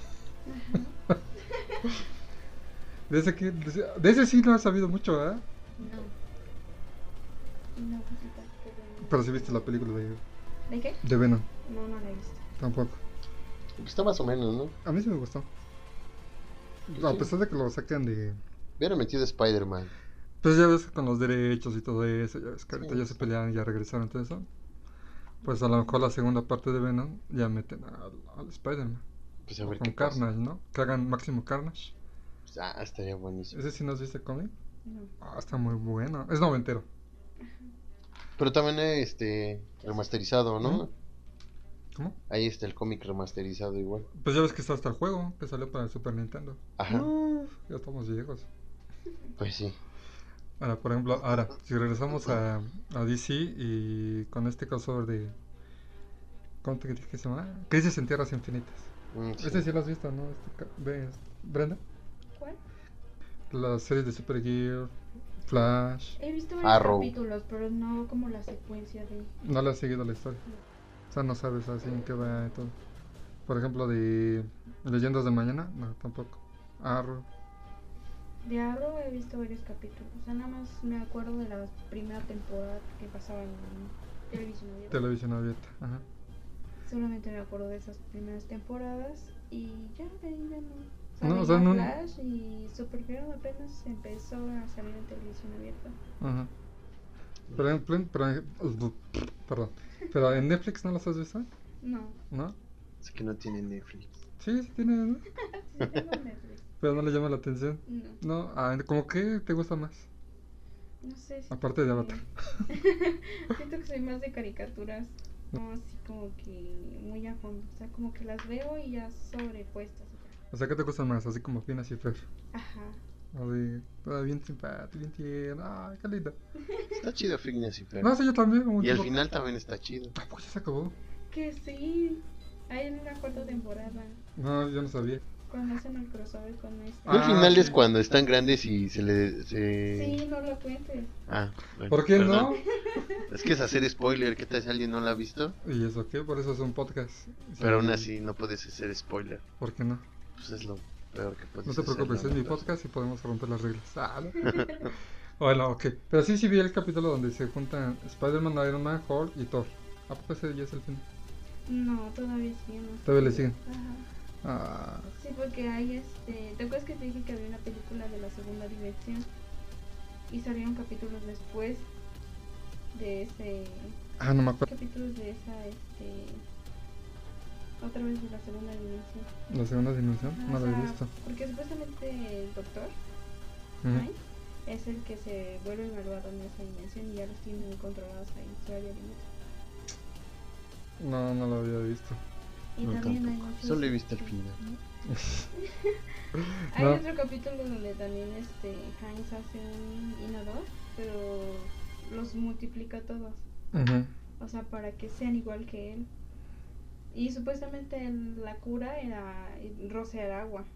De ese, que, de ese, de ese sí no has sabido mucho, ¿verdad? No. No, cosita, pero... Pero sí viste la película de, ¿De qué? de Venom, No, no la he visto. tampoco. está más o menos, ¿no? A mí sí me gustó. A Sí. pesar de que lo sacan de... Hubieran metido Spider-Man. Pues ya ves que con los derechos y todo eso, ya ves que ahorita Sí, ya se sí. pelearon, ya regresaron todo eso. Pues a lo mejor la segunda parte de Venom ya meten al, al Spider-Man. Pues a O ver con qué pasa. Carnage, ¿no? Que hagan Máximo Carnage. Pues, ah, estaría buenísimo. Ese sí nos viste cómic. No. Ah, está muy bueno. Es noventero. Pero también este remasterizado, ¿no? Ujú. ¿Cómo? Ahí está el cómic remasterizado igual. Pues ya ves que está hasta el juego que salió para el Super Nintendo. Ajá. Uf, ya estamos viejos. Pues sí. Ahora, por ejemplo, ahora, si regresamos a, a D C y con este crossover de... ¿Cómo te dije que se llama? Crisis en Tierras Infinitas. Mm, sí. Este sí lo has visto, ¿no? Este ca- ¿Ves, Brenda? ¿Cuál? Las series de Supergear, Flash. He visto varios Arrow. capítulos, pero no como la secuencia de... No le has seguido la historia. O sea, no sabes así en qué va y todo. Por ejemplo, de Leyendas de Mañana, no, tampoco. Arrow. De Arrow he visto varios capítulos. O sea, nada más me acuerdo de la primera temporada que pasaba en televisión abierta. Televisión abierta. Ajá. Solamente me acuerdo de esas primeras temporadas y ya de ahí ya no. No, o Salía sea, no- Flash y Supergirl apenas empezó a salir en televisión abierta. Ajá. Pero, en, plen- pero en- perdón. Pero en Netflix no las has visto, No, ¿no? Es que no tiene Netflix. Sí, sí tiene, ¿no? sí tengo Netflix. Pero no le llama la atención. No, No, ah, ¿cómo que te gusta más? no sé. siento Aparte de que- Avatar. Siento que soy más de caricaturas. No, así como que muy a fondo. O sea, como que las veo y ya sobrepuestas. y ya. O sea, ¿qué te gusta más? Así como Phineas y Fer. Ajá. Así, toda bien simpática, bien tierna. Ay, qué linda. Está chido Phineas y Ferb. No, sí, yo también. como Y el tipo- final también está chido. Ah, pues ya se acabó. Que sí. Hay una cuarta temporada. No, yo no sabía. Cuando hacen el crossover con este. El Ah, final sí. es cuando están grandes y se le... Se... Sí, no lo cuentes. Ah, bueno, ¿Por qué perdón. no? Es que es hacer spoiler. ¿Qué tal si alguien no lo ha visto? ¿Y eso qué? Por eso es un podcast. Pero Sí. aún así no puedes hacer spoiler. ¿Por qué no? Pues es lo peor que puedes No te hacer, preocupes, la es mi verdad. podcast y podemos romper las reglas. Ah, ¿no? Bueno, ok. Pero sí, sí vi el capítulo donde se juntan Spider-Man, Iron Man, Hulk y Thor. ¿A poco ese ya es el fin? No, todavía siguen. Todavía le siguen. Ajá. Ah, Sí, porque hay este. ¿Te acuerdas que te dije que había una película de la segunda dimensión? Y salieron capítulos después de ese. ah, no me acuerdo. Capítulos de esa, este. Otra vez de la segunda dimensión. La segunda dimensión, Ajá, no o la he sea, visto. Porque supuestamente el doctor Ujú. Mike es el que se vuelve malvado en esa dimensión y ya los tienen controlados ahí. Se había dicho. No, no lo había visto. Y No, también hay tampoco. muchos. Solo he visto el este, final. Hay No. otro capítulo donde también este Heinz hace un inodor, pero los multiplica a todos, Ujú. o sea, para que sean igual que él. Y supuestamente el- la cura era rociar agua.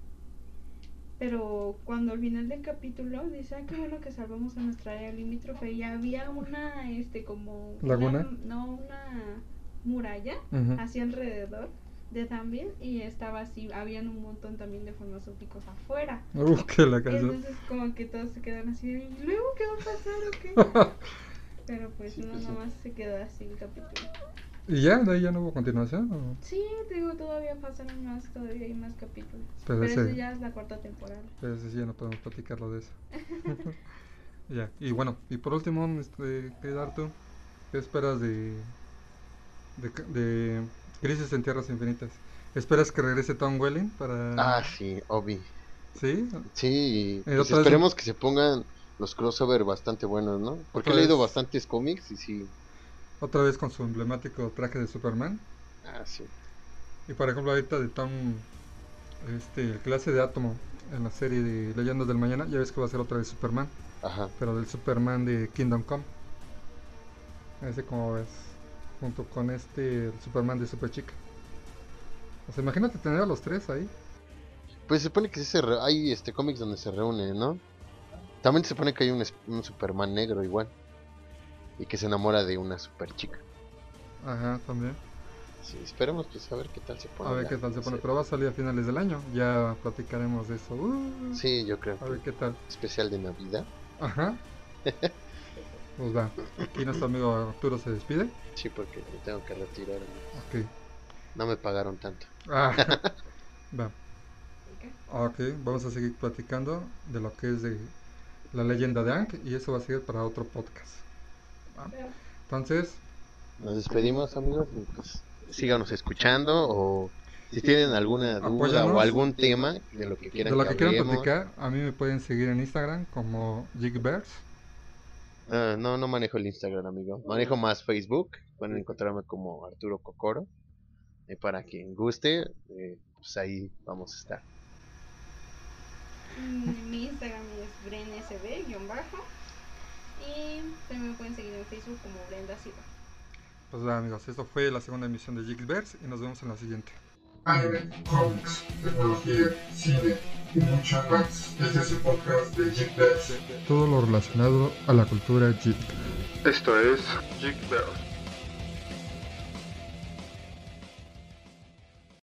Pero cuando al final del capítulo dice, ah, qué bueno que salvamos a nuestra área limítrofe, y había una, este, como... ¿Laguna? una- no, una muralla Ujú. hacia alrededor de Danville, y estaba así, habían un montón también de farmacéuticos afuera. Uh, que la canción. Entonces como que todos se quedan así de, ¿y luego qué va a pasar o qué? Pero pues Sí, no, pues sí. nomás se quedó así el capítulo. ¿Y ya? ¿De ahí ya no hubo continuación? ¿O? Sí, te digo, todavía pasaron más, todavía hay más capítulos. Pero Pero, ese- eso ya es la cuarta temporada. Pero ese sí ya no podemos platicarlo de eso. Ya, y bueno, y por último, este, querido Artu, ¿qué esperas de, de, de Crisis en Tierras Infinitas? ¿Esperas que regrese Tom Welling para...? Ah, sí, Obi. ¿Sí? Sí, y Eh, pues otra vez- esperemos que se pongan los crossover bastante buenos, ¿no? Porque he Otra leído vez- bastantes cómics y sí. Otra vez con su emblemático traje de Superman. Ah, sí. Y por ejemplo ahorita de Tom, este, el clase de Átomo en la serie de Leyendas del Mañana, ya ves que va a ser otra vez Superman, Ajá. pero del Superman de Kingdom Come. Ese como ves, junto con este el Superman de Super Chica. O sea, imagínate tener a los tres ahí. Pues se supone que sí se re- hay este cómics donde se reúnen, ¿no? También se supone que hay un, es- un Superman negro igual. Y que se enamora de una super chica. Ajá, también. Sí, esperemos pues a ver qué tal se pone. A ver la- qué tal se la pone, serie. pero va a salir a finales del año. Ya platicaremos de eso. Uh, Sí, yo creo A ver que qué tal. especial de Navidad. Ajá. Pues va. Aquí nuestro amigo Arturo se despide. Sí, porque me tengo que retirar. Ok. No me pagaron tanto. Ah, va. ¿Ok? Ok, vamos a seguir platicando de lo que es de la leyenda de Aang y eso va a ser para otro podcast. ¿Va? Entonces, Nos despedimos, amigos. Y pues síganos escuchando o si tienen alguna duda Apóyanos. o algún tema de lo que quieran de lo que quieran hablemos. platicar, a mí me pueden seguir en Instagram como Jigbears. Ah, no, no manejo el Instagram, amigo. Manejo más Facebook. Pueden encontrarme como Arturo Cocoro. Eh, para quien guste, eh, pues ahí vamos a estar. Mm, Mi Instagram es brensb guión bajo. Y también me pueden seguir en Facebook como Brenda Silva. Pues va, amigos, esto fue la segunda emisión de Jigbears y nos vemos en la siguiente. Anime, cómics, tecnología, cine y mucho más. Este es el podcast de Jigbears. Todo lo relacionado a la cultura geek. Esto es Jigbears.